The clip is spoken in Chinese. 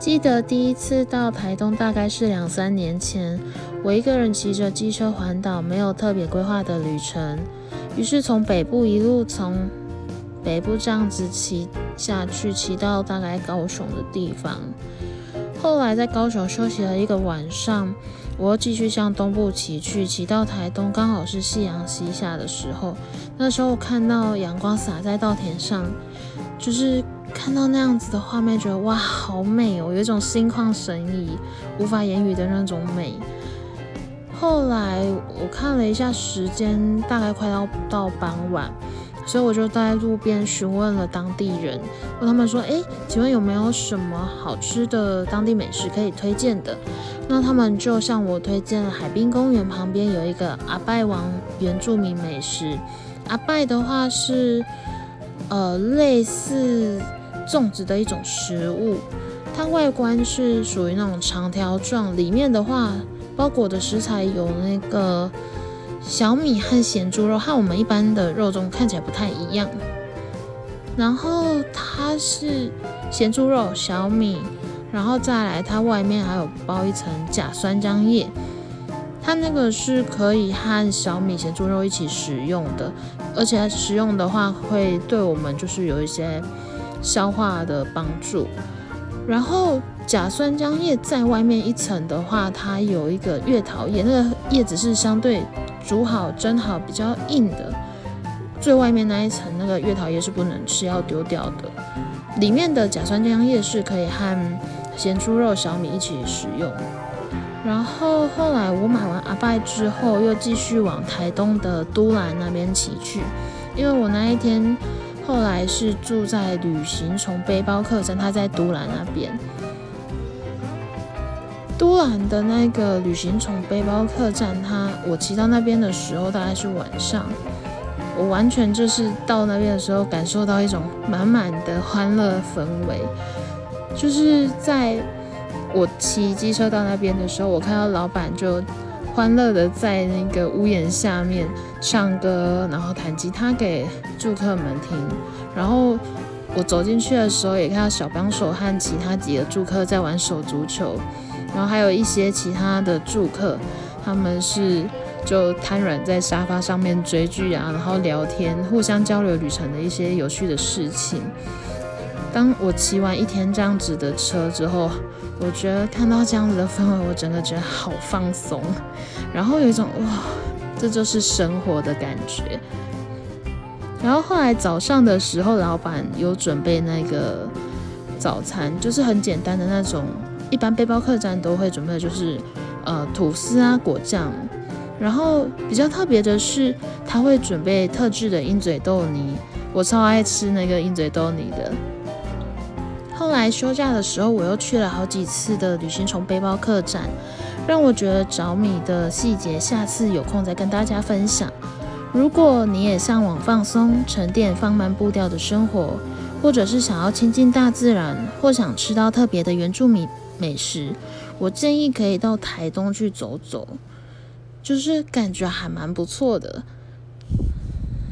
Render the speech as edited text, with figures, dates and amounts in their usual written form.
记得第一次到台东大概是2-3年前，我一个人骑着机车环岛，没有特别规划的旅程，于是从北部一路从北部这样子骑下去，骑到大概高雄的地方。后来在高雄休息了一个晚上，我又继续向东部骑去，骑到台东刚好是夕阳西下的时候。那时候看到阳光洒在稻田上，就是看到那样子的画面，觉得哇好美哦，有一种心旷神怡无法言语的那种美。后来我看了一下时间，大概快到傍晚，所以我就在路边询问了当地人，问他们说请问有没有什么好吃的当地美食可以推荐的？那他们就向我推荐了海滨公园旁边有一个阿拜王原住民美食。阿拜的话是类似粽子的一种食物，它外观是属于那种长条状，里面的话包裹的食材有那个小米和咸猪肉，和我们一般的肉粽看起来不太一样。然后它是咸猪肉、小米，然后再来它外面还有包一层假酸浆叶，它那个是可以和小米、咸猪肉一起食用的，而且食用的话会对我们就是有一些消化的帮助。然后假酸浆叶在外面一层的话，它有一个月桃叶，那个叶子是相对煮好蒸好比较硬的，最外面那一层那个月桃叶是不能吃，要丢掉的。里面的假酸浆叶是可以和咸猪肉、小米一起食用。然后后来我买完阿拜之后，又继续往台东的都兰那边骑去，因为我那一天后来是住在旅行虫背包客栈，它在都兰那边。都兰的那个旅行虫背包客栈，我骑到那边的时候大概是晚上，我完全就是到那边的时候感受到一种满满的欢乐氛围。就是在我骑机车到那边的时候，我看到老板就欢乐的在那个屋檐下面唱歌，然后弹吉他给住客们听。然后我走进去的时候，也看到小帮手和其他几个住客在玩手足球，然后还有一些其他的住客，他们是就瘫软在沙发上面追剧啊，然后聊天，互相交流旅程的一些有趣的事情。当我骑完一天这样子的车之后，我觉得看到这样子的氛围，我整个觉得好放松，然后有一种哇，这就是生活的感觉。然后后来早上的时候，老板有准备那个早餐，就是很简单的那种，一般背包客栈都会准备的，就是吐司啊、果酱。然后比较特别的是，他会准备特制的鹰嘴豆泥，我超爱吃那个鹰嘴豆泥的。后来休假的时候，我又去了好几次的旅行虫背包客栈，让我觉得着迷的细节，下次有空再跟大家分享。如果你也向往放松、沉淀、放慢步调的生活，或者是想要亲近大自然，或想吃到特别的原住民美食，我建议可以到台东去走走，就是感觉还蛮不错的。